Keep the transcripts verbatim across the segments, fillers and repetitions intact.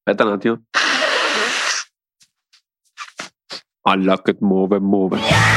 Aspetta un attimo. Alla che muove, muove.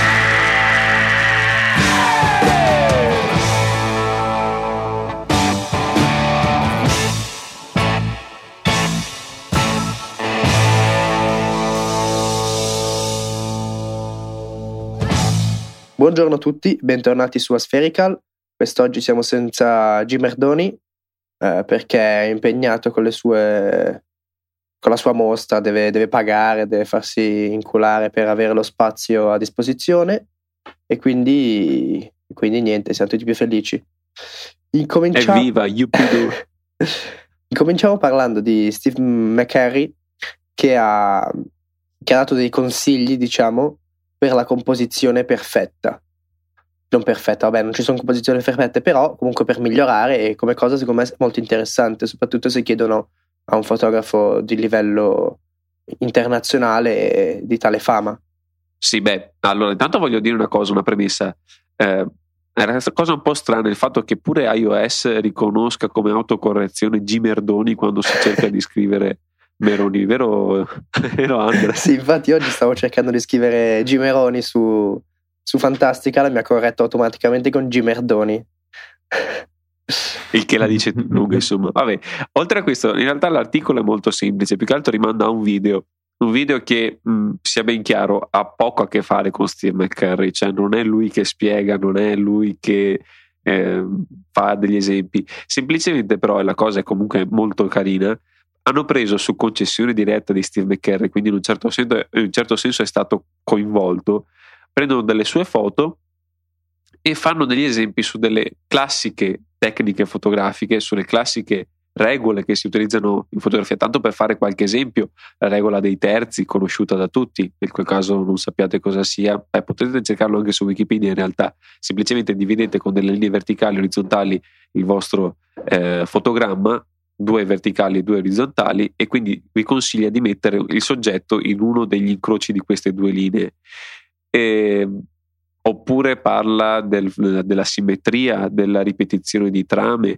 Buongiorno a tutti, bentornati su Aspherical. Quest'oggi siamo senza Gimerdoni eh, perché è impegnato con le sue con la sua mostra, deve, deve pagare, deve farsi inculare per avere lo spazio a disposizione e quindi, quindi niente, siamo tutti più felici. Incominciamo... Evviva, Yupido! Incominciamo parlando di Steve McCurry che ha, che ha dato dei consigli, diciamo, per la composizione perfetta. Non perfetta, vabbè, non ci sono composizioni perfette, però comunque per migliorare, e come cosa secondo me è molto interessante, soprattutto se chiedono a un fotografo di livello internazionale di tale fama. Sì, beh, allora intanto voglio dire una cosa, una premessa. Eh, è una cosa un po' strana il fatto che pure iOS riconosca come autocorrezione Gimerdoni quando si cerca di scrivere Meroni, vero, vero Andrea? Sì, infatti oggi stavo cercando di scrivere Gimeroni su, su Fantastical e mi ha corretto automaticamente con Gimerdoni. Il che la dice lunga, insomma. Vabbè, oltre a questo, in realtà l'articolo è molto semplice, più che altro rimanda a un video. Un video che, mh, sia ben chiaro, ha poco a che fare con Steve McCurry, cioè non è lui che spiega, non è lui che eh, fa degli esempi. Semplicemente, però, la cosa è comunque molto carina. Hanno preso su concessione diretta di Steve McCurry, quindi in un certo senso, in un certo senso è stato coinvolto. Prendono delle sue foto e fanno degli esempi su delle classiche tecniche fotografiche, sulle classiche regole che si utilizzano in fotografia. Tanto per fare qualche esempio, la regola dei terzi, conosciuta da tutti, in quel caso non sappiate cosa sia, eh, potete cercarlo anche su Wikipedia. In realtà semplicemente dividete con delle linee verticali e orizzontali il vostro eh, fotogramma, due verticali e due orizzontali, e quindi vi consiglia di mettere il soggetto in uno degli incroci di queste due linee. E, oppure parla del, della simmetria, della ripetizione di trame,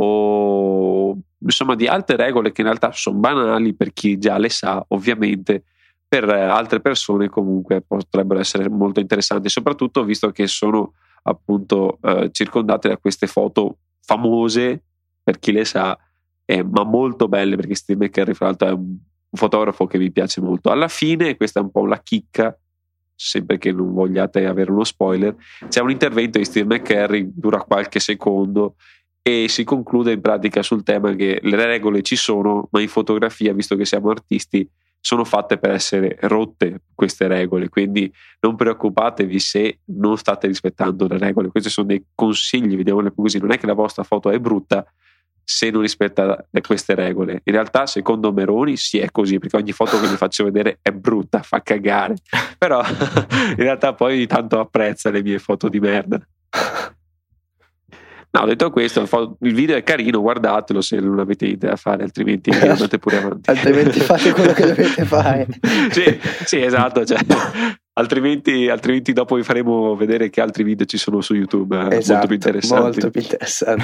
o insomma di altre regole che in realtà sono banali per chi già le sa, ovviamente per altre persone comunque potrebbero essere molto interessanti, soprattutto visto che sono appunto eh, circondate da queste foto famose per chi le sa, eh, ma molto belle, perché Steve McCurry fra l'altro è un fotografo che mi piace molto. Alla fine, questa è un po' la chicca, sempre che non vogliate avere uno spoiler, c'è un intervento di Steve McCurry, dura qualche secondo e si conclude in pratica sul tema che le regole ci sono, ma in fotografia, visto che siamo artisti, sono fatte per essere rotte queste regole, quindi non preoccupatevi se non state rispettando le regole. Questi sono dei consigli, vediamole così. Non è che la vostra foto è brutta se non rispetta queste regole. In realtà secondo Meroni sì, è così, perché ogni foto che vi faccio vedere è brutta, fa cagare, però in realtà poi ogni tanto apprezza le mie foto di merda. No, detto questo, il video è carino, guardatelo se non avete idea da fare, altrimenti andate pure avanti. Altrimenti fate quello che dovete fare. sì, sì, esatto, cioè, altrimenti, altrimenti dopo vi faremo vedere che altri video ci sono su YouTube, eh, esatto, molto più interessanti. Molto più interessanti.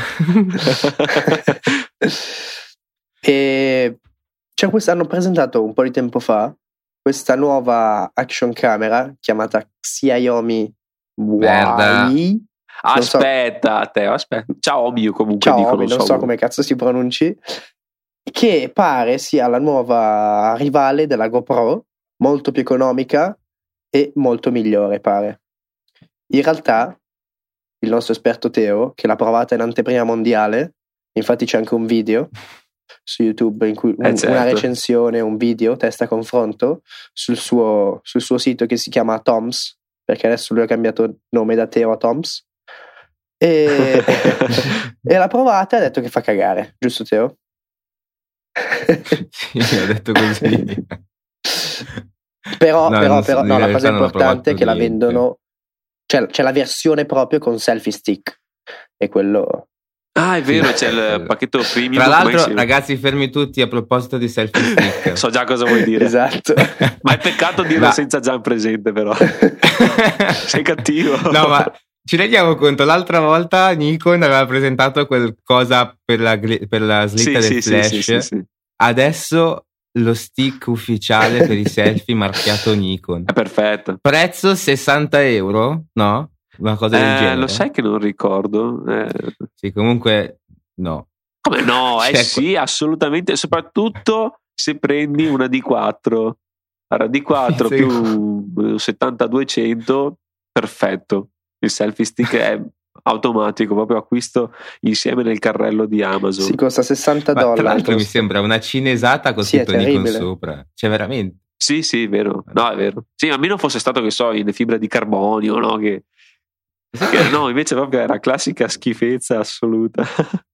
E cioè, quest- hanno presentato un po' di tempo fa questa nuova action camera chiamata Xiaomi Merda. Y. Aspetta, so. te, aspetta. Ciao Mio, comunque Ciao, dico, non, non so, so come cazzo si pronunci, che pare sia la nuova rivale della GoPro, molto più economica e molto migliore, pare. In realtà il nostro esperto Teo, che l'ha provata in anteprima mondiale, infatti c'è anche un video su YouTube in cui un, eh certo. una recensione, un video testa confronto sul suo, sul suo sito che si chiama Toms, perché adesso lui ha cambiato nome da Teo a Toms. E, e l'ha provata e ha detto che fa cagare, giusto Teo? Sì, ho detto così. Però, no, però, non, però no, la cosa importante è che la niente. vendono, cioè c'è la versione proprio con selfie stick, e quello... Ah, è vero, c'è il pacchetto premium. Tra l'altro, ragazzi, fermi tutti a proposito di selfie stick. So già cosa vuoi dire. Esatto. Ma è peccato dirlo ma... senza Gian presente, però. Sei cattivo. No, ma ci rendiamo conto, l'altra volta Nikon aveva presentato quel cosa per la, per la slitta sì, del sì, flash. Sì, sì, sì, sì. Adesso lo stick ufficiale per i selfie marchiato Nikon. È perfetto. Prezzo sessanta euro, no? Una cosa del eh, genere. Lo sai che non ricordo. Eh. Sì, comunque no. Come no? Cioè, eh sì, assolutamente, soprattutto se prendi una D quattro. Allora, D quattro sì, più settanta duecento, perfetto. Il selfie stick è automatico, proprio acquisto insieme nel carrello di Amazon. Si costa sessanta Ma dollari. tra l'altro costa. mi sembra una cinesata con Sì, tutto Nikon sopra. Cioè veramente. Sì, sì, vero. No, è vero. Sì, a meno fosse stato, che so, in fibra di carbonio, no? Che, che no, invece proprio era classica schifezza assoluta.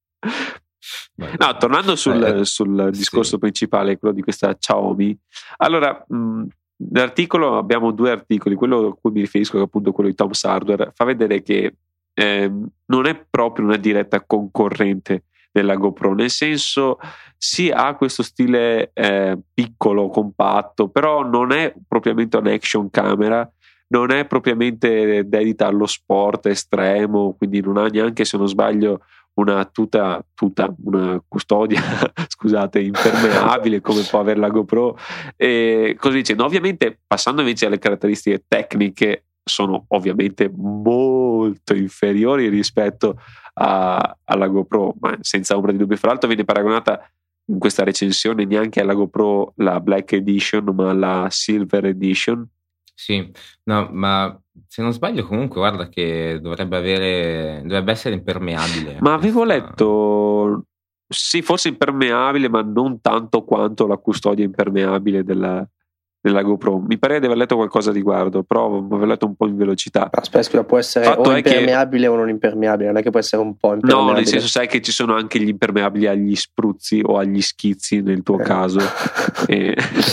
No, tornando sul, eh, sul discorso sì. principale, quello di questa Xiaomi. Allora, mh, nell'articolo abbiamo due articoli, quello a cui mi riferisco, che è appunto quello di Tom's Hardware, fa vedere che eh, non è proprio una diretta concorrente della GoPro, nel senso sì, ha questo stile eh, piccolo, compatto, però non è propriamente un action camera, non è propriamente dedita allo sport estremo, quindi non ha neanche, se non sbaglio, una tuta, tuta una custodia scusate, impermeabile come può avere la GoPro, e così dicendo. Ovviamente, passando invece alle caratteristiche tecniche, sono ovviamente molto inferiori rispetto a, alla GoPro, ma senza ombra di dubbio. Fra l'altro viene paragonata in questa recensione neanche alla GoPro la Black Edition, ma la Silver Edition. Sì, no, ma se non sbaglio comunque guarda che dovrebbe avere, dovrebbe essere impermeabile. Ma avevo questa... letto, sì, forse impermeabile, ma non tanto quanto la custodia impermeabile della, della GoPro. Mi pare di aver letto qualcosa a riguardo, però avevo letto un po' in velocità. Aspetta, scusa, può essere Fatto o è impermeabile che... o non impermeabile, non è che può essere un po' impermeabile. No, nel senso, sai che ci sono anche gli impermeabili agli spruzzi o agli schizzi nel tuo eh. caso. e,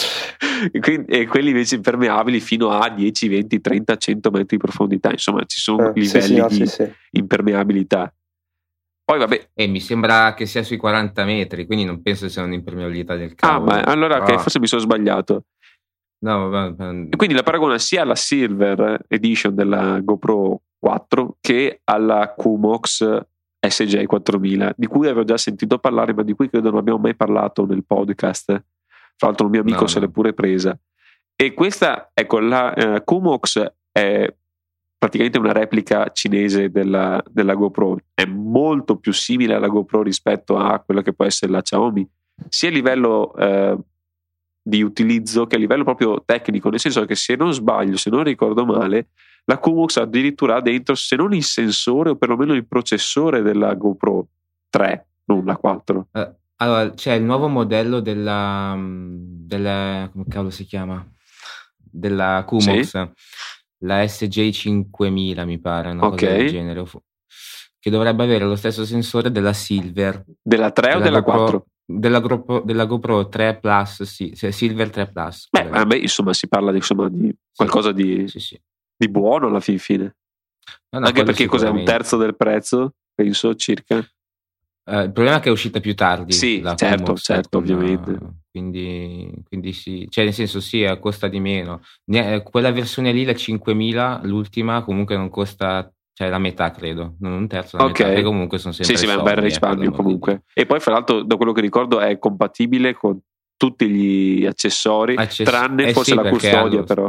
e, quindi, e quelli invece impermeabili fino a dieci, venti, trenta, cento metri di profondità. Insomma, ci sono eh, livelli sì, sì, no, di sì, sì. impermeabilità. Poi vabbè. E mi sembra che sia sui quaranta metri, quindi non penso sia un'impermeabilità del cavolo. Ah, ma allora però... che forse mi sono sbagliato. No, vabbè. E quindi la paragona sia alla Silver Edition della GoPro quattro che alla Kumox S J quattromila, di cui avevo già sentito parlare, ma di cui credo non abbiamo mai parlato nel podcast. Fra l'altro un mio amico no, se no. l'è pure presa. E questa, ecco, la uh, Kumox è praticamente una replica cinese della, della GoPro, è molto più simile alla GoPro rispetto a quella che può essere la Xiaomi, sia a livello uh, di utilizzo che a livello proprio tecnico, nel senso che, se non sbaglio, se non ricordo male, la Kumox addirittura ha dentro, se non il sensore o perlomeno il processore della GoPro tre, non la quattro. Uh, allora c'è il nuovo modello della, della come cavolo si chiama? Della Kumox, sì? La S J cinquemila mi pare, una okay. cosa del genere, che dovrebbe avere lo stesso sensore della Silver. Della tre della o della GoPro, quattro? Della GoPro, della GoPro tre Plus, sì, Silver tre Plus. Beh, vabbè, insomma, si parla di, insomma, di qualcosa sì, di, sì, sì. di buono alla fin fine. No, no, anche perché cos'è, un terzo del prezzo, penso, circa. Uh, il problema è che è uscita più tardi. Sì, la certo, Kumox, certo, con, ovviamente. Quindi, quindi sì, cioè nel senso sì, costa di meno. Ne, quella versione lì, la cinquemila, l'ultima, comunque non costa, cioè la metà credo, non un terzo, la Ok. metà, perché comunque sono sempre Sì, sì, ma è un soldi, bel risparmio eh, comunque. E poi, fra l'altro, da quello che ricordo, è compatibile con tutti gli accessori, Access- tranne eh forse sì, la perché custodia, allo- però.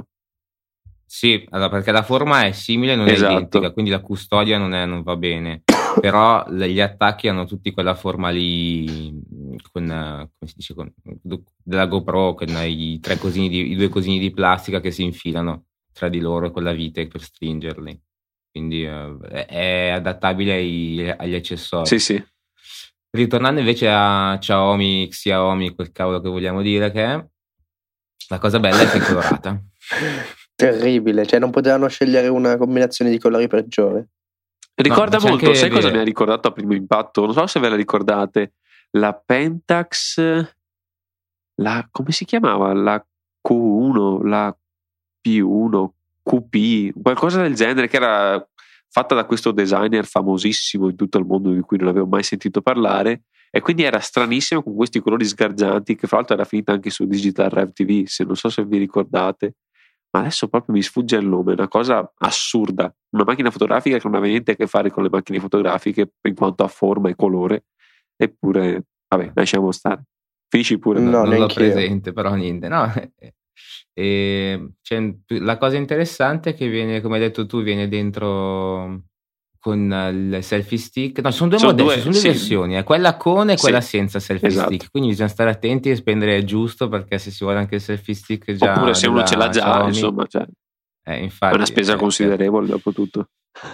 Sì, allora, perché la forma è simile, non Esatto. è identica, quindi la custodia non, è, non va bene. Però le, gli attacchi hanno tutti quella forma lì con, come si dice, con, della GoPro, con i tre cosini di, i due cosini di plastica che si infilano tra di loro con la vite per stringerli. Quindi uh, è adattabile ai, agli accessori. Sì, sì. Ritornando invece a Xiaomi, Xiaomi, quel cavolo che vogliamo dire che è, la cosa bella è che è colorata. Terribile, cioè non potevano scegliere una combinazione di colori peggiore. Ricorda no, molto, sai le... cosa mi ha ricordato a primo impatto? Non so se ve la ricordate, la Pentax, la come si chiamava? La Q uno, la P uno, Q P, qualcosa del genere, che era fatta da questo designer famosissimo in tutto il mondo di cui non avevo mai sentito parlare, e quindi era stranissima con questi colori sgargianti, che fra l'altro era finita anche su Digital Rev T V, se non so se vi ricordate. Ma adesso proprio mi sfugge il nome, è una cosa assurda, una macchina fotografica che non aveva niente a che fare con le macchine fotografiche in quanto a forma e colore, eppure vabbè, lasciamo stare. Finisci pure. No, non l'ho neanch'io. presente, però niente. No, e, cioè, la cosa interessante è che viene, come hai detto tu, viene dentro con il selfie stick. No, sono due Sono modelli, due, sono due sì. versioni, eh, quella con e Sì, quella senza selfie esatto. stick. Quindi bisogna stare attenti e spendere giusto, perché se si vuole anche il selfie stick già Oppure se uno ce l'ha della già, Xiaomi, insomma, cioè, eh, è infatti, una spesa eh, considerevole dopo tutto.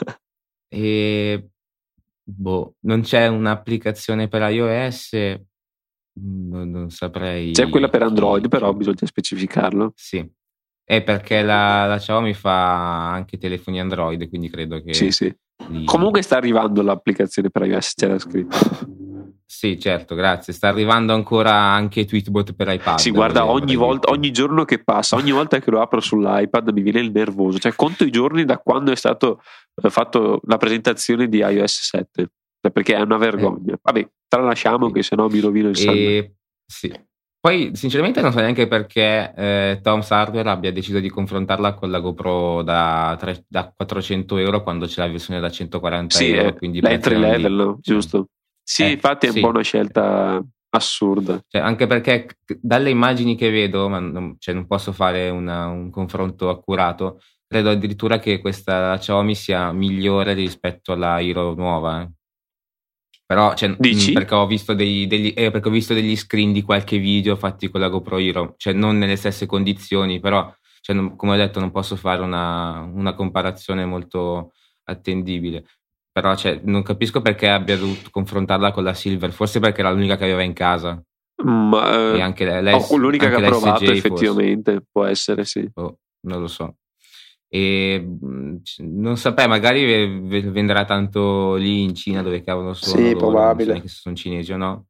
e boh, non c'è un'applicazione per iOS, non, non saprei. C'è quella per Android, chi- però chi- bisogna specificarlo. Sì, è perché la, la Xiaomi fa anche telefoni Android, quindi credo che Sì, sì. li- Comunque sta arrivando l'applicazione per iOS, c'era scritto. Sì, certo, grazie. Sta arrivando ancora anche Tweetbot per iPad. Sì, guarda, vorrei- ogni vorrei volta, dirti. ogni giorno che passa, ogni volta che lo apro sull'iPad mi viene il nervoso. Cioè, conto i giorni da quando è stato eh, fatto la presentazione di iOS sette. Cioè, perché è una vergogna. Vabbè, tralasciamo Sì. che sennò mi rovino il sangue. E sì. Poi, sinceramente, non so neanche perché eh, Tom's Hardware abbia deciso di confrontarla con la GoPro da, tre- da quattrocento euro quando c'è la versione da centoquaranta Sì, euro. è Quindi l'entry prezzi erano lì. level, no? Cioè, Giusto? Sì, eh, infatti è un sì. po' una scelta assurda. Cioè, anche perché c- dalle immagini che vedo, ma non, cioè, non posso fare una- un confronto accurato, credo addirittura che questa Xiaomi sia migliore rispetto alla Hero nuova. eh. Però, cioè, Dici? mh, perché ho visto degli, degli- eh, perché ho visto degli screen di qualche video fatti con la GoPro Hero, cioè non nelle stesse condizioni, però, cioè, non- come ho detto, non posso fare una, una comparazione molto attendibile. Però, cioè, non capisco perché abbia dovuto confrontarla con la Silver, forse perché era l'unica che aveva in casa. Ma, E eh, anche lei, oh, l'unica anche che ha la S J provato forse. effettivamente può essere, sì. Oh, non lo so. E mh, c- non saprei, magari ve- ve- venderà tanto lì in Cina dove cavolo sono Sì, loro, non so probabile. neanche se sono cinesi o no.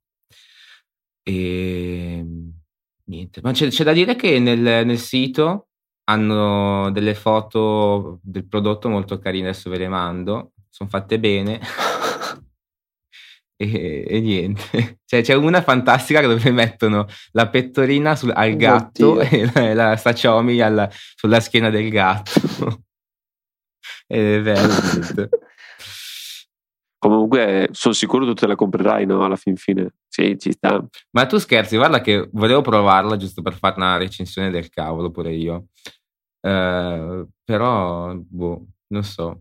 E niente, ma c'è, c'è da dire che nel, nel sito hanno delle foto del prodotto molto carine, adesso ve le mando, sono fatte bene. E, e niente, cioè, c'è una fantastica dove mettono la pettorina sul, al gatto Oddio. e la, la sta Xiaomi alla- sulla schiena del gatto. Ed è veramente. Comunque sono sicuro tu te la comprerai, no? Alla fin fine. Sì, ci sta. Ma tu scherzi, guarda che volevo provarla giusto per fare una recensione del cavolo pure io. Eh, però, boh, non so.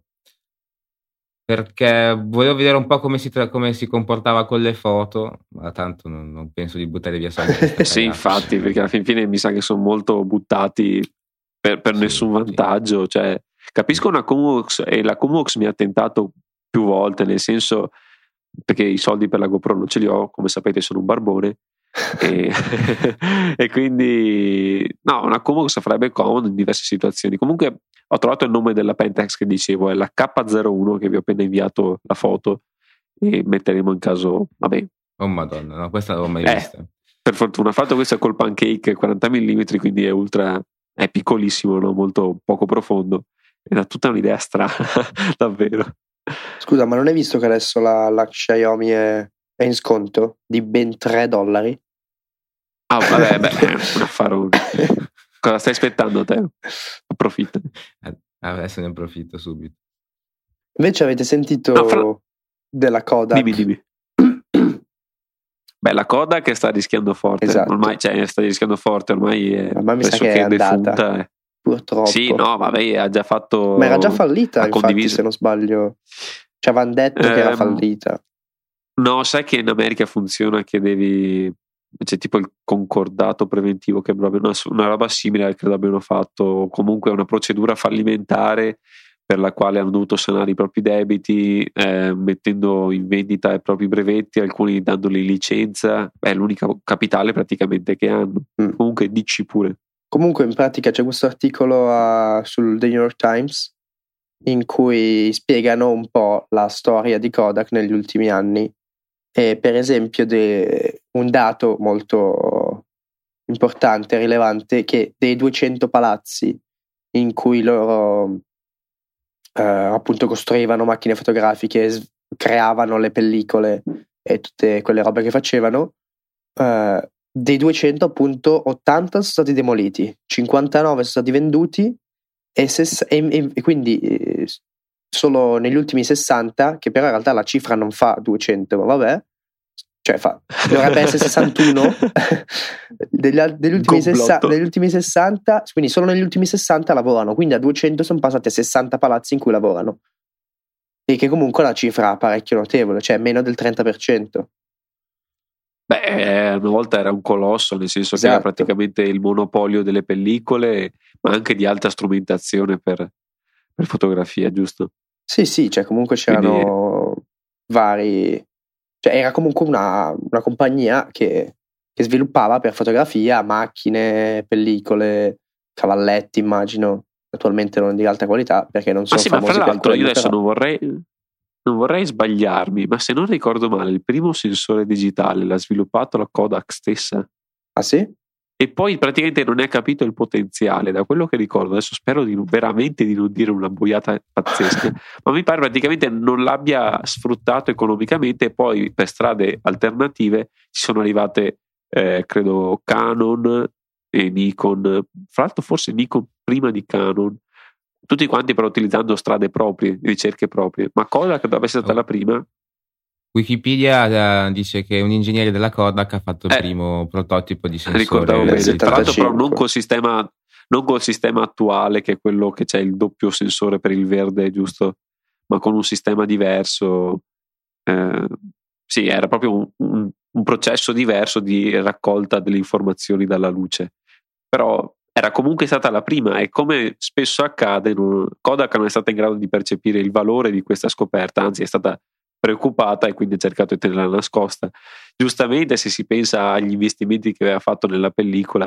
Perché volevo vedere un po' come si, tra- come si comportava con le foto, ma tanto non, non penso di buttare via soldi. per sta Sì, cagata. infatti, perché alla fin fine mi sa che sono molto buttati per, per Sì, nessun sì. vantaggio. Cioè, capisco una Cumulux e la Cumulux mi ha tentato più volte, nel senso perché i soldi per la GoPro non ce li ho, come sapete sono un barbone. e, e quindi no, una Cumulux farebbe comodo in diverse situazioni. Comunque ho trovato il nome della Pentax che dicevo, è la K zero uno che vi ho appena inviato la foto e metteremo in caso, vabbè, Oh madonna, no, questa non l'ho mai Eh. vista. per fortuna ha fatto questa col pancake quaranta millimetri, quindi è ultra, è piccolissimo, no? Molto poco profondo, ed ha tutta un'idea strana davvero. Scusa, ma non hai visto che adesso la, la Xiaomi è, è in sconto di ben tre dollari? Ah vabbè, beh, è un affarone. Cosa stai aspettando te? Approfitta. Eh, Adesso ne approfitto subito. Invece avete sentito No, fra- della Kodak? Dimmi, dimmi. Beh, la Kodak sta rischiando forte, Esatto. ormai, cioè, sta rischiando forte, ormai è Ma mi sa pressoché che è andata. defunta. eh. Purtroppo. Sì, no, vabbè, ha già fatto. Ma era già fallita, ha infatti, condiviso. se non sbaglio. Ci avevano detto che era Ehm, fallita. No, sai che in America funziona che devi. C'è tipo il concordato preventivo, che è proprio una, una roba simile al che credo abbiano fatto, comunque una procedura fallimentare per la quale hanno dovuto sanare i propri debiti, eh, mettendo in vendita i propri brevetti, alcuni dandoli licenza. È l'unica capitale praticamente che hanno. Mm. Comunque dici pure. Comunque in pratica c'è questo articolo uh, sul The New York Times in cui spiegano un po' la storia di Kodak negli ultimi anni e per esempio de- un dato molto importante, rilevante, che dei duecento palazzi in cui loro eh, appunto costruivano macchine fotografiche, s- creavano le pellicole e tutte quelle robe che facevano, eh, dei duecento appunto ottanta sono stati demoliti, cinquantanove sono stati venduti e, ses- e- e- e quindi eh, solo negli ultimi sessanta, che però in realtà la cifra non fa duecento, ma vabbè, cioè fa, dovrebbe essere sessantuno degli, degli, ultimi sessa, degli ultimi sessanta, quindi solo negli ultimi sessanta lavorano, quindi a duecento sono passati a sessanta palazzi in cui lavorano, e che comunque è una cifra parecchio notevole, cioè meno del trenta per cento. Beh, una volta era un colosso, nel senso esatto. che era praticamente il monopolio delle pellicole, ma anche di alta strumentazione per, per fotografia, giusto? Sì, sì, cioè comunque c'erano quindi... vari... Cioè era comunque una, una compagnia che, che sviluppava per fotografia macchine, pellicole, cavalletti, immagino. Attualmente non di alta qualità perché non sono ah, sì, famosi ma fra l'altro per quello, io adesso però... non vorrei non vorrei sbagliarmi, ma se non ricordo male il primo sensore digitale l'ha sviluppato la Kodak stessa. Ah sì? E poi praticamente non ne ha capito il potenziale, da quello che ricordo. Adesso spero di, veramente di non dire una boiata pazzesca, ma mi pare praticamente non l'abbia sfruttato economicamente, e poi per strade alternative ci sono arrivate eh, credo Canon e Nikon, fra l'altro forse Nikon prima di Canon, tutti quanti però utilizzando strade proprie, ricerche proprie, ma Kodak dovrebbe essere stata oh. la prima. Wikipedia uh, dice che un ingegnere della Kodak ha fatto il eh, primo prototipo di sensore. Ricordavo bene, tra l'altro però non col sistema non col sistema attuale, che è quello che c'è il doppio sensore per il verde, giusto? Ma con un sistema diverso. Eh, sì, era proprio un, un, un processo diverso di raccolta delle informazioni dalla luce. Però era comunque stata la prima, e come spesso accade, non, Kodak non è stata in grado di percepire il valore di questa scoperta, anzi è stata preoccupata e quindi ha cercato di tenerla nascosta. Giustamente, se si pensa agli investimenti che aveva fatto nella pellicola,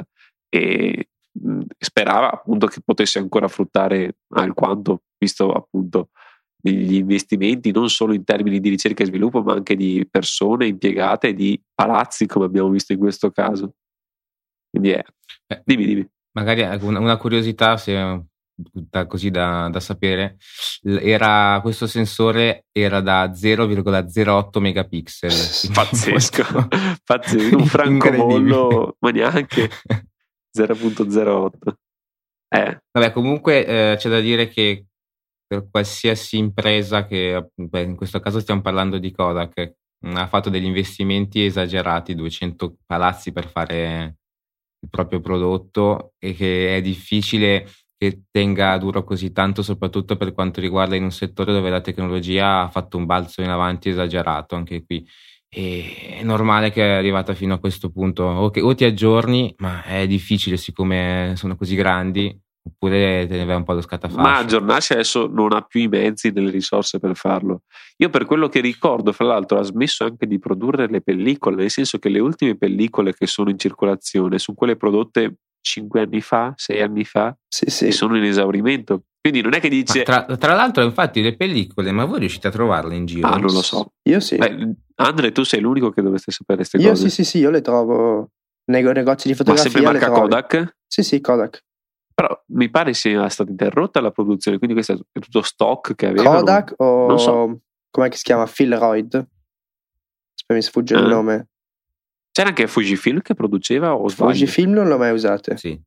e mh, sperava appunto che potesse ancora fruttare alquanto, visto appunto gli investimenti non solo in termini di ricerca e sviluppo, ma anche di persone impiegate, di palazzi, come abbiamo visto in questo caso. Quindi è eh, dimmi dimmi magari una, una curiosità, se da, così da, da sapere, era questo sensore era da zero virgola zero otto megapixel. Pazzesco, pazzesco, un francobollo, ma neanche zero virgola zero otto. Eh. Vabbè, comunque eh, c'è da dire che per qualsiasi impresa che, beh, in questo caso stiamo parlando di Kodak, ha fatto degli investimenti esagerati, duecento palazzi per fare il proprio prodotto, e che è difficile che tenga duro così tanto, soprattutto per quanto riguarda in un settore dove la tecnologia ha fatto un balzo in avanti esagerato anche qui. E è normale che è arrivata fino a questo punto, o, che, o ti aggiorni, ma è difficile siccome sono così grandi, oppure te ne vai un po' allo scatafascio. Ma aggiornarsi adesso non ha più i mezzi né le risorse per farlo. Io, per quello che ricordo, fra l'altro ha smesso anche di produrre le pellicole, nel senso che le ultime pellicole che sono in circolazione sono quelle prodotte cinque anni fa, sei anni fa, sì, sì. e sono in esaurimento. Quindi non è che dice... Tra, tra l'altro, infatti, le pellicole, ma voi riuscite a trovarle in giro? Ah, non lo so. Io sì. Beh, Andre, tu sei l'unico che dovreste sapere queste io cose. Io sì, sì, sì, io le trovo nei negozi di fotografia. Ma sempre marca Kodak? Sì, sì, Kodak. Però mi pare sia stata interrotta la produzione, quindi questo è tutto stock che avevano. Kodak o non so. Com'è che si chiama? Philroyd? Aspetta, mi sfugge eh. il nome. C'era anche Fujifilm che produceva, o sbaglio? Fujifilm non l'ho mai usate. Sì.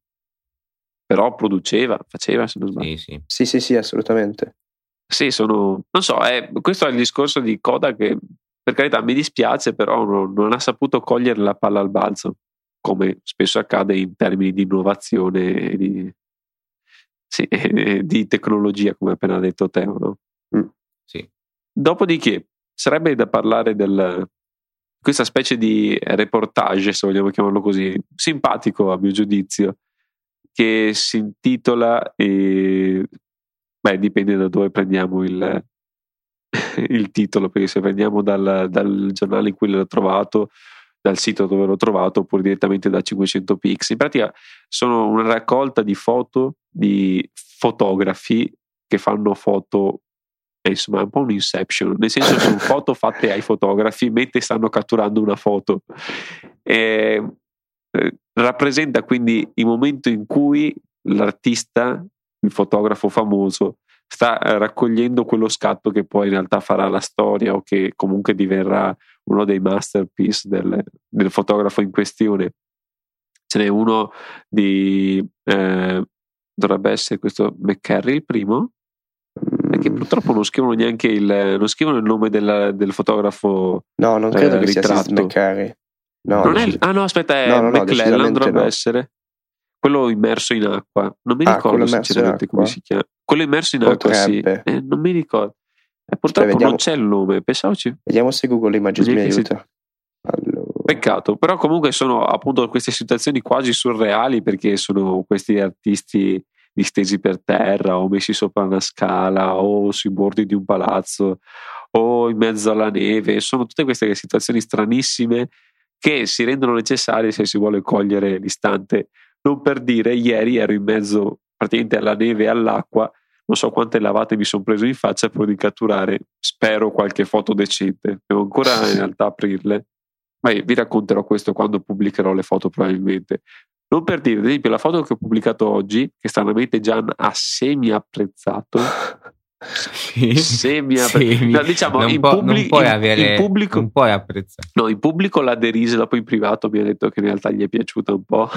Però produceva, faceva, se non sbaglio. Sì, sì. Sì, sì, sì, assolutamente. Sì, sono... Non so, è... questo è il discorso di Kodak che, per carità, mi dispiace, però non, non ha saputo cogliere la palla al balzo, come spesso accade in termini di innovazione e di, sì, e di tecnologia, come appena detto Teo, no? Mm. Sì. Dopodiché sarebbe da parlare del questa specie di reportage, se vogliamo chiamarlo così, simpatico a mio giudizio, che si intitola eh, beh, dipende da dove prendiamo il, il titolo, perché se prendiamo dal, dal giornale in cui l'ho trovato, dal sito dove l'ho trovato, oppure direttamente da cinquecento pix. In pratica sono una raccolta di foto di fotografi che fanno foto, eh, insomma è un po' un inception, nel senso sono foto fatte ai fotografi mentre stanno catturando una foto. E, eh, rappresenta quindi il momento in cui l'artista, il fotografo famoso, sta raccogliendo quello scatto che poi in realtà farà la storia, o che comunque diverrà uno dei masterpiece del, del fotografo in questione. Ce n'è uno di eh, dovrebbe essere questo McCarry il primo, Perché purtroppo non scrivono neanche il non scrivono il nome del, del fotografo. No, non credo eh, che sia ritratto. Steve McCurry. No, Non no. è, ah no, aspetta, è No, no, no, McLellan, decisamente dovrebbe no. essere quello immerso in acqua. Non mi Ah, ricordo quello immerso sinceramente in come acqua? si chiama. Quello immerso in acqua, sì. Potrebbe. Eh, non mi ricordo. Eh, purtroppo vediamo. non c'è il nome. Pensavo ci... Vediamo se Google Images mi Neanche se- aiuta. Allora. Peccato, però comunque sono appunto queste situazioni quasi surreali, perché sono questi artisti distesi per terra o messi sopra una scala o sui bordi di un palazzo o in mezzo alla neve. Sono tutte queste situazioni stranissime che si rendono necessarie se si vuole cogliere l'istante. Non per dire, ieri ero in mezzo praticamente alla neve e all'acqua, non so quante lavate mi sono preso in faccia pur di catturare, spero, qualche foto decente. Devo ancora in realtà aprirle. Ma vi racconterò questo quando pubblicherò le foto, probabilmente. Non per dire, ad esempio, la foto che ho pubblicato oggi, che stranamente Gian ha semi apprezzato. Sì, semi semi. No, diciamo, non, in, può, publi- non puoi in- avere, in pubblico, non puoi apprezzare. no, in pubblico l'ha derisa, dopo in privato mi ha detto che in realtà gli è piaciuta un po'.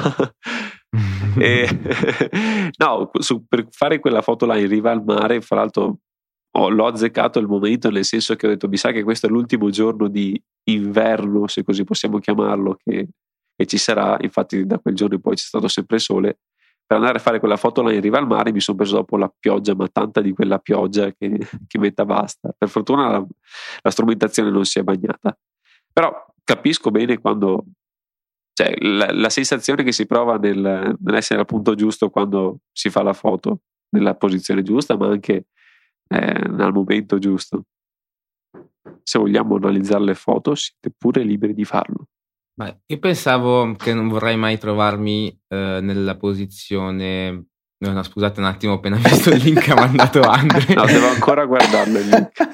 e, no, su, per fare quella foto là in riva al mare, fra l'altro oh, l'ho azzeccato il momento, nel senso che ho detto mi sa che questo è l'ultimo giorno di inverno, se così possiamo chiamarlo, che, che ci sarà. Infatti da quel giorno in poi c'è stato sempre sole. Per andare a fare quella foto là in riva al mare mi sono preso dopo la pioggia, ma tanta di quella pioggia che, che metta basta. Per fortuna la, la strumentazione non si è bagnata, però capisco bene quando, cioè, la, la sensazione che si prova nel, nell'essere al punto giusto quando si fa la foto, nella posizione giusta, ma anche eh, nel momento giusto. Se vogliamo analizzare le foto, siete pure liberi di farlo. Ma io pensavo che non vorrei mai trovarmi eh, nella posizione. No, no, scusate un attimo, ho appena visto il link che ha mandato Andre. No, devo ancora guardarlo il link.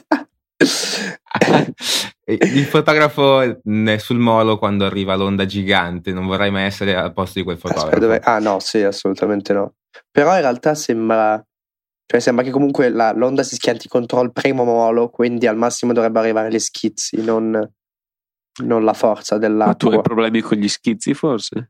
Il fotografo sul molo quando arriva l'onda gigante. Non vorrei mai essere al posto di quel fotografo. Aspetta, dove... Ah no, sì, assolutamente no. Però in realtà sembra, cioè sembra che comunque la, l'onda si schianti contro il primo molo, quindi al massimo dovrebbe arrivare gli schizzi, non, non la forza dell'acqua. Ma tu hai problemi con gli schizzi, forse?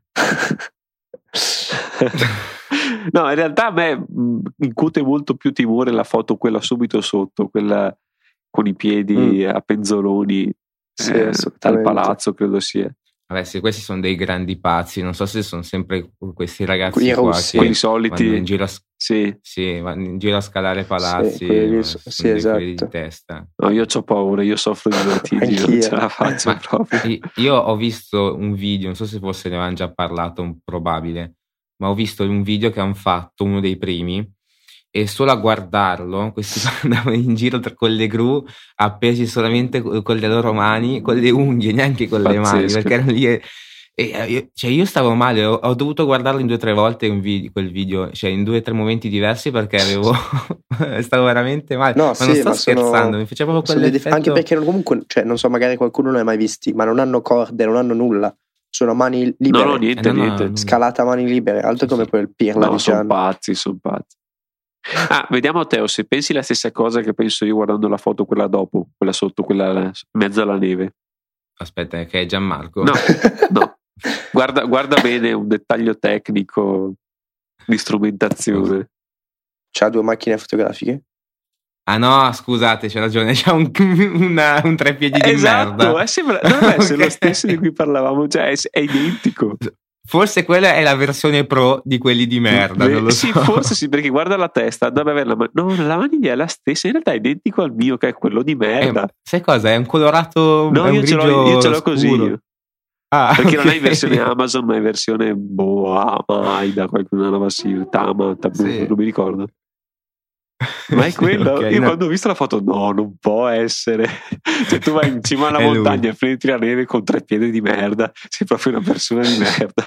No, in realtà a me incute molto più timore la foto quella subito sotto, quella con i piedi mm. a penzoloni, sì, eh, al palazzo, credo sia. Vabbè, sì, questi sono dei grandi pazzi. Non so se sono sempre questi ragazzi quelli qua russi, che quelli soliti vanno in giro a, sì. Sì, vanno in giro a scalare palazzi. Sì, quelli, sì, sì, esatto. di testa. No, io c'ho paura, io soffro di vertigini, non ce la faccio proprio. Io ho visto un video, non so se forse ne avevano già parlato, probabile, ma ho visto un video che hanno fatto, uno dei primi, e solo a guardarlo questi andavano in giro con le gru appesi solamente con le loro mani, con le unghie, neanche con Pazzesco. Le mani, perché erano lì e, e io, cioè io stavo male, ho, ho dovuto guardarlo in due o tre volte un video, quel video, cioè in due o tre momenti diversi, perché avevo stavo veramente male. No, ma sì, non sto ma scherzando, sono, mi faceva proprio quell'effetto. Dif- anche perché comunque, cioè, non so, magari qualcuno non l'ha mai visti, ma non hanno corde, non hanno nulla, sono mani libere. No, no, niente, eh, no, niente. No, scalata a mani libere, altro sì, come sì. quel pirla no, di sono Gian. pazzi, sono pazzi. Ah, vediamo Teo se pensi la stessa cosa che penso io guardando la foto, quella dopo, quella sotto, quella in mezzo alla neve. Aspetta, che è Gianmarco? No, no. Guarda, guarda bene un dettaglio tecnico di strumentazione. C'ha due macchine fotografiche? Ah no, scusate, c'è ragione, c'è un, una, un treppiedi di esatto, merda. Eh, sembra, dovrebbe essere Okay. lo stesso di cui parlavamo, cioè è, è identico. Forse quella è la versione pro di quelli di merda, Beh, non lo sì, so. forse sì, perché guarda la testa, dovrebbe avere la man- no, la maniglia è la stessa, in realtà è identico al mio, che è quello di merda. Eh, sai cosa? È un colorato, no, è un io ce, grigio l'ho, io ce l'ho così scuro. io. Ah, Perché okay. non è in versione Amazon, ma è in versione boh, Aida, qualcuna roba simile, Tama, Tabu, Sì. non mi ricordo. Ma è quello? Okay, io no. quando ho visto la foto, no, non può essere. Cioè, tu vai in cima alla È lui. montagna, prendi la neve con tre piedi di merda, sei proprio una persona di merda.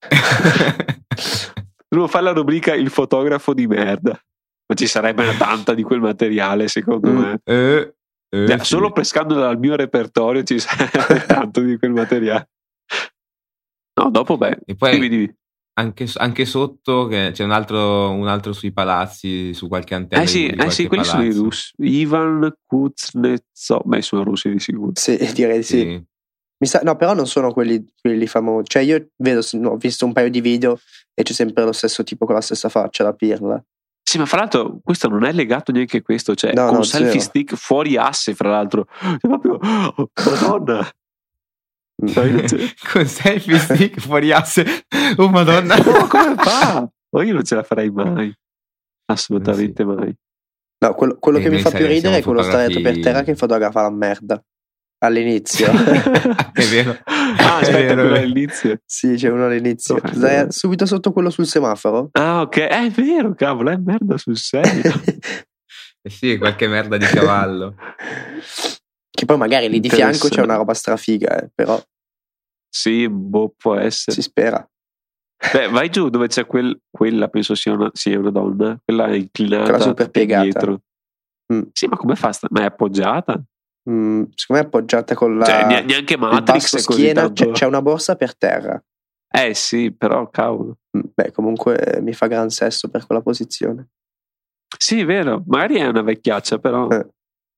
Devo fare la rubrica il fotografo di merda, ma ci sarebbe una tanta di quel materiale, secondo Mm. me. eh, eh, Già, sì. solo pescando dal mio repertorio ci sarebbe tanto di quel materiale. No, dopo beh, E poi dimmi, dimmi. anche, anche sotto che c'è un altro, un altro sui palazzi, su qualche antenna. Eh sì, di, di eh sì, qualche quelli sono i palazzo. russi. Ivan Kuznetsov, beh, sono russi di sicuro. Sì, direi di sì. Sì. Mi sa, no, però non sono quelli, quelli famosi. Cioè, io vedo, no, ho visto un paio di video e c'è sempre lo stesso tipo con la stessa faccia, la pirla. Sì, ma fra l'altro questo non è legato neanche a questo, cioè No, con no, selfie zero. stick fuori asse, fra l'altro. Cioè, proprio, oh, Madonna. Cioè, io non ce- Con selfie stick fuori asse. Oh madonna. No, come fa? Ma io non ce la farei mai. Assolutamente mai. No, quello, quello E che mi noi fa più siamo ridere è quello fotografi- stato per terra che fotografa la merda all'inizio. È vero. Ah, È aspetta, vero, quello è è vero. all'inizio. Sì, c'è uno all'inizio. Dov'è? Stai Dov'è? subito sotto quello sul semaforo. Ah, ok, eh, è vero, cavolo, è merda sul serio. Eh sì, qualche merda di cavallo. Che poi magari lì di fianco c'è Interessante. una roba strafiga, eh, però Sì, boh, può essere. si spera. Beh, vai giù dove c'è quel, quella, penso sia una, sia una donna, quella è inclinata Quella super piegata. indietro. Mm. Sì, ma come fa? sta- Ma è appoggiata? Mm, secondo me è appoggiata con la Cioè, ne- neanche il Matrix basso è così schiena, tanto. c'è, c'è una borsa per terra. Eh sì, però cavolo. Mm, Beh, comunque eh, mi fa gran sesso per quella posizione. Sì, è vero, magari è una vecchiaccia, però Eh.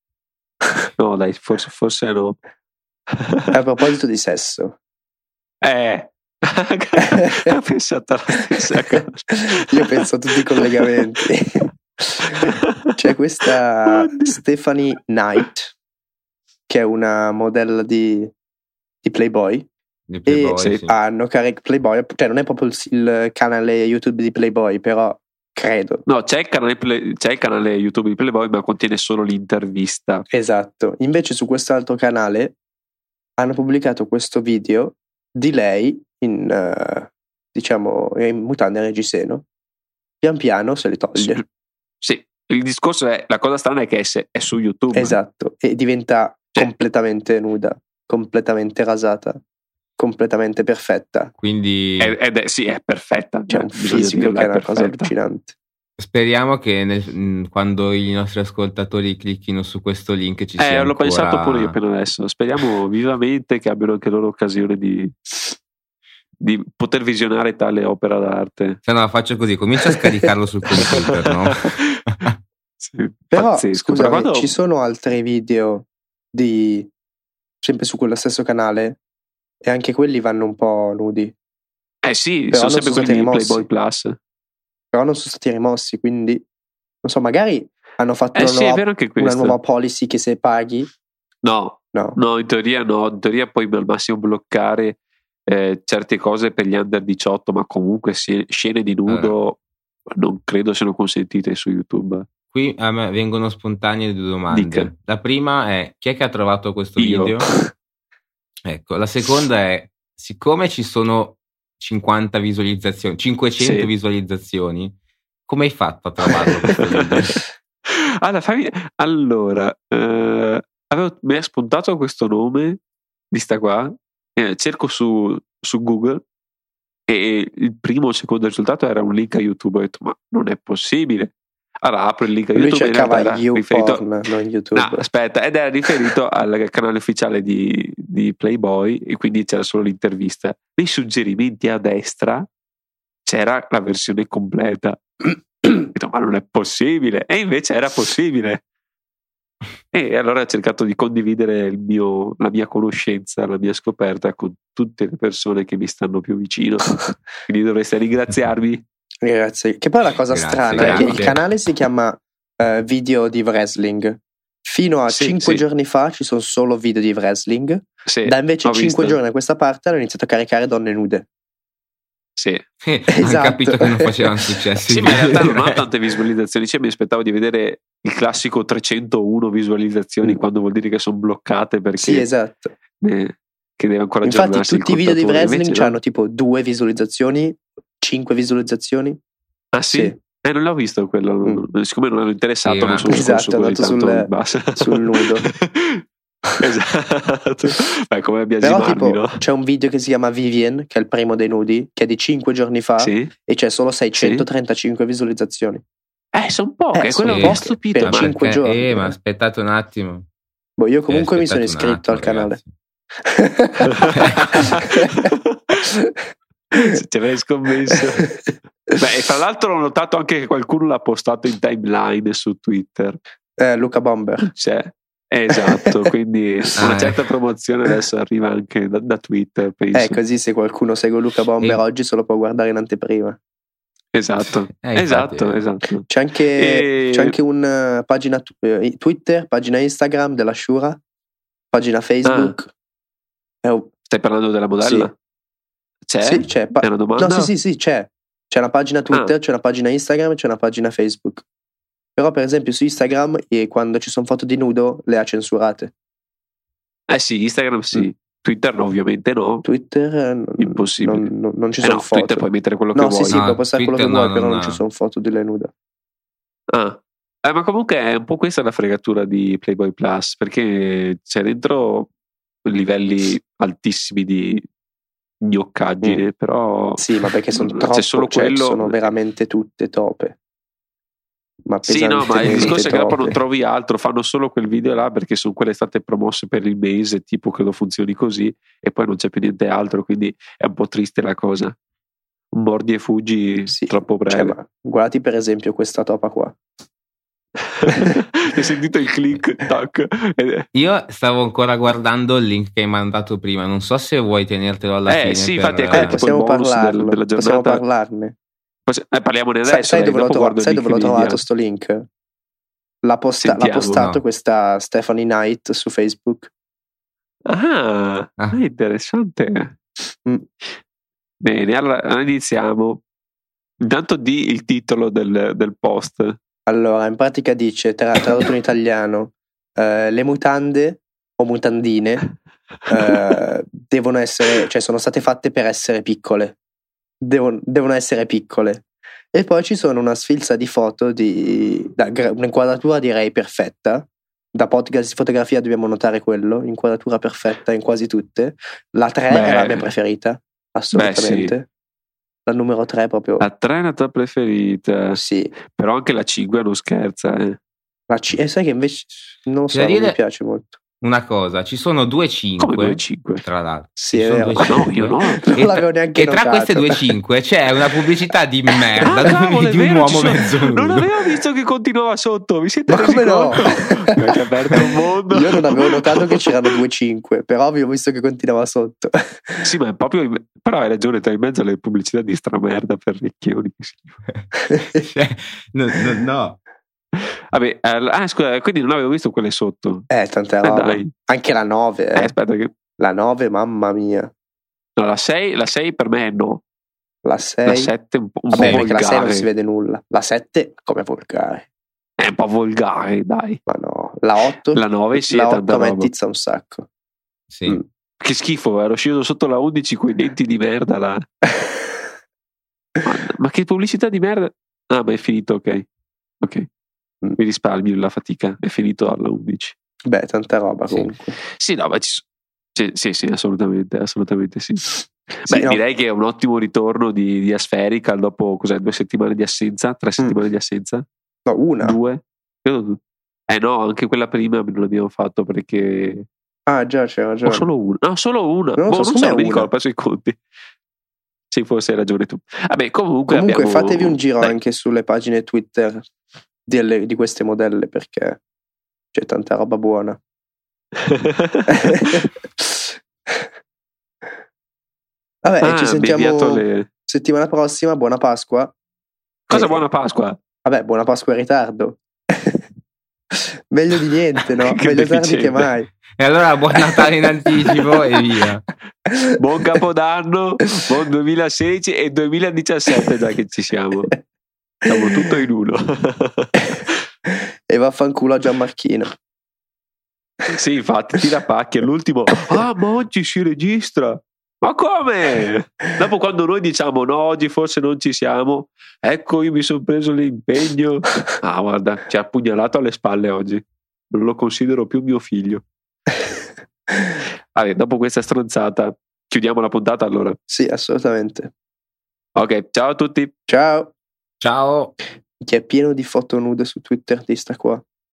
no, dai, forse, forse no. A proposito di sesso, Eh, ho pensato alla stessa cosa. io penso a tutti i collegamenti. C'è questa Oddio. Stephanie Knight, che è una modella di, di Playboy. Di Playboy, sì. sì. Hanno caricato Playboy, cioè non è proprio il, il canale YouTube di Playboy, però credo. No, c'è il, canale Play- c'è il canale YouTube di Playboy, ma contiene solo l'intervista. Esatto. Invece su quest'altro canale hanno pubblicato questo video di lei in eh, diciamo in mutande a reggiseno. Pian piano se le toglie. Sì, il discorso è, la cosa strana è che è, se- è su YouTube. Esatto. E diventa Cioè. completamente nuda, completamente rasata, completamente perfetta. Quindi Ed ed è, sì, è perfetta. C'è cioè, un bisogna fisico dirla, che è è una cosa perfetta. allucinante. speriamo che nel- mh, quando i nostri ascoltatori clicchino su questo link ci sia Eh, l'ho ancora... pensato pure io appena adesso. Speriamo vivamente che abbiano anche loro occasione di, di poter visionare tale opera d'arte. Se no la faccio così, comincia a scaricarlo sul computer, no? Sì, Però pazzesco. scusami, Però quando- ci sono altri video di sempre su quello stesso canale e anche quelli vanno un po' nudi, Eh sì, però sono non sempre sono quelli stati di rimossi. Playboy Plus. però non sono stati rimossi, quindi non so, magari hanno fatto Eh una, sì, è nuova, vero anche una questo. nuova policy che se paghi No, no. no, in teoria no. In teoria puoi al massimo bloccare eh, certe cose per gli under diciotto, ma comunque sì, scene di nudo non credo siano consentite su YouTube. Qui a me vengono spontanee due domande. Dica. La prima è: chi è che ha trovato questo Io. video? Ecco, la seconda è: siccome ci sono cinquanta visualizzazioni, cinquecento Sì. visualizzazioni, come hai fatto a trovarlo questo video? Allora, fammi- allora eh, avevo, mi è spuntato questo nome di sta qua, eh, cerco su, su Google e il primo o secondo risultato era un link a YouTube. Ho detto, ma non è possibile. Allora apro il link a Lui YouTube, in cercava realtà era YouPorn, riferito, non YouTube. no, aspetta, ed era riferito al canale ufficiale di, di Playboy, e quindi c'era solo l'intervista. Nei suggerimenti a destra c'era la versione completa. Ho detto, ma non è possibile, e invece era possibile. E allora ho cercato di condividere il mio, la mia conoscenza, la mia scoperta con tutte le persone che mi stanno più vicino. Quindi dovreste ringraziarmi. Grazie. Che poi la cosa Grazie, strana è che grazie. il canale si chiama eh, Video di Wrestling. Fino a Sì, cinque sì. giorni fa ci sono solo video di wrestling. Sì, Da invece ho cinque visto. giorni a questa parte hanno iniziato a caricare donne nude. Sì. Hanno Esatto. capito che non facevano successo. Sì, ma in realtà non ho tante visualizzazioni. Cioè, mi aspettavo di vedere il classico trecentouno visualizzazioni, Mm. quando vuol dire che sono bloccate perché Sì, esatto. eh, che deve ancora Infatti aggiornarsi il tutti i video di contatore. wrestling Invece no. hanno tipo due visualizzazioni, cinque visualizzazioni. Ah sì? Sì. Eh, non l'ho visto quello. Mm. Siccome non ero interessato, Sì, non ma- sono Esatto, corso è così andato tanto sul- in basso. sul nudo. Esatto. Beh, come Però biasimarmi, tipo no? c'è un video che si chiama Vivian, che è il primo dei nudi, che è di cinque giorni fa Sì. e c'è solo seicentotrentacinque visualizzazioni. Eh, sono poche, Eh, quello sono mi ha poche. stupito. Per ma- cinque Eh, giorni. eh, ma aspettate un attimo. Boh, io Eh, comunque mi sono aspettate un iscritto al attimo, canale. Ci avrei scommesso. Beh, e fra l'altro ho notato anche che qualcuno l'ha postato in timeline su Twitter. eh, Luca Bomber. Cioè, esatto, quindi una Ah, certa promozione adesso arriva anche da, da Twitter, penso. Eh, così se qualcuno segue Luca Bomber E- oggi se lo può guardare in anteprima. Esatto, Eh, esatto, infatti, eh. esatto. C'è anche, E- c'è anche una pagina tu- eh, Twitter, pagina Instagram della Shura, pagina Facebook. È un- Stai parlando della modella? C'è? Sì, c'è. Pa- È una domanda? no, sì, sì, sì, c'è. C'è una pagina Twitter, Ah. c'è una pagina Instagram e c'è una pagina Facebook. Però, per esempio, su Instagram, eh, quando ci sono foto di nudo, le ha censurate. Eh sì, Instagram sì. Mm. Twitter no, ovviamente no. Twitter eh, non, Impossibile. non, non, non ci Eh sono no, foto. Twitter puoi mettere quello che No, vuoi. sì, sì, No, puoi postare quello che Twitter vuoi, no, però non non ci ha. sono foto di lei nuda. Ah. Eh, ma comunque è un po' questa la fregatura di Playboy Plus, perché c'è dentro livelli altissimi di gnoccaggine, Mm. però Sì, ma perché sono c'è troppo, solo cioè, quello. sono veramente tutte tope. Ma Sì, no, ma il pesantemente discorso è che dopo non tope. trovi altro, fanno solo quel video là perché sono quelle state promosse per il mese, tipo credo funzioni così, e poi non c'è più niente altro, quindi è un po' triste la cosa. Un mordi e fuggi Sì, troppo cioè, breve. ma guardati per esempio questa topa qua. Hai sentito il click? Tac. Ed- Io stavo ancora guardando il link che hai mandato prima. Non so se vuoi tenertelo alla Eh, fine. sì, per- infatti è Eh, quello tipo il possiamo bonus del- parlarlo, della possiamo giornata. parlarne. Pos- eh, parliamone adesso. Sai, sai dai, dove l'ho, dopo trova- guardo il sai link dove l'ho di trovato Dia. sto link? L'ha, posta- l'ha Sentiamo. postato No. questa Stephanie Knight su Facebook. Ah, Ah. è interessante. Mm. Bene, allora iniziamo. Intanto di il titolo del, del post. Allora, in pratica dice, tra- tradotto in italiano, eh, le mutande o mutandine eh, devono essere, cioè sono state fatte per essere piccole. Devono, devono essere piccole. E poi ci sono una sfilza di foto di da, gra- un'inquadratura direi perfetta. Da podcast di fotografia dobbiamo notare quello, inquadratura perfetta in quasi tutte. La tre Beh. è la mia preferita, assolutamente. La numero tre proprio. La tre è la tua preferita, Sì. però anche la cinque non scherza. Eh. La C- e sai che invece non so, C'è da non mi dire- piace molto. Una cosa, ci sono due Come cinque. due cinque? Tra l'altro. Sì, Ci è sono vero. due Ma no, cinque. io no. Non E tra, l'avevo neanche e tra notato. queste due cinque c'è una pubblicità di merda Ah, cavolo, è di un vero, ci uomo sono- mezzo Non nudo. avevo visto che continuava sotto. Vi siete Ma resi come no? conto? Mi avete aperto un mondo. Io non avevo notato che c'erano due cinque, però avevo visto che continuava sotto. Sì, ma è proprio in- però hai ragione, tra in mezzo alle pubblicità di stramerda per ricchioni. Che schifo. Cioè, no, no, no. Vabbè, eh, ah, scusa, quindi non avevo visto quelle sotto. Eh, tanta Eh, roba. dai. Anche la nove, Eh, eh. aspetta che La nove, mamma mia. no, la sei, la sei per me è no. La sei. La sette è un po', un Vabbè, po' perché la sei non volgare. si vede nulla. La sette, come volgare. È un po' volgare, dai. Ma no. La otto. La nove sì, la è tanta otto mi roba. attizza un sacco. Sì. Mm. Che schifo, ero sceso sotto la undici con i denti di merda là. Ma, ma che pubblicità di merda. Ah, ma è finito, ok. Ok. Mm. Mi risparmio la fatica, è finito alla undici. Beh, tanta roba Sì. comunque. Sì, no, ma ci so- sì, sì, sì, assolutamente, assolutamente sì. Sì, Beh, no. direi che è un ottimo ritorno di, di Aspherical dopo cos'è, due settimane di assenza, tre settimane Mm. di assenza, No, una. due. Credo due. Eh no, anche quella prima non l'abbiamo fatto perché Ah, già, c'è o ragione. solo una. No, solo una. Non lo Boh, so, non secondo so, me non mi una. ricordo, ho perso i conti. Sì, forse hai ragione tu. Vabbè, comunque Comunque abbiamo- fatevi un giro Dai. anche sulle pagine Twitter delle- di queste modelle perché c'è tanta roba buona. Vabbè, Ah, ci mi hai sentiamo inviato le- settimana prossima. Buona Pasqua. Cosa Eh, buona Pasqua? Vabbè, buona Pasqua in ritardo. Meglio di niente, no? Che Meglio tardi che deficiente. mai. E allora buon Natale in anticipo e via. Buon Capodanno, buon duemilasedici e duemiladiciassette, già che ci siamo. Siamo tutto in uno. E vaffanculo a Gianmarchino. Sì, infatti, tira pacchia. L'ultimo, ah, ma oggi si registra. Ma come? Dopo quando noi diciamo no, oggi forse non ci siamo, ecco io mi sono preso l'impegno. Ah, guarda, ci ha pugnalato alle spalle oggi. Non lo considero più mio figlio. Vabbè, dopo questa stronzata, chiudiamo la puntata allora. Sì, assolutamente. Ok, ciao a tutti. Ciao. Ciao. Che è pieno di foto nude su Twitter di sta qua.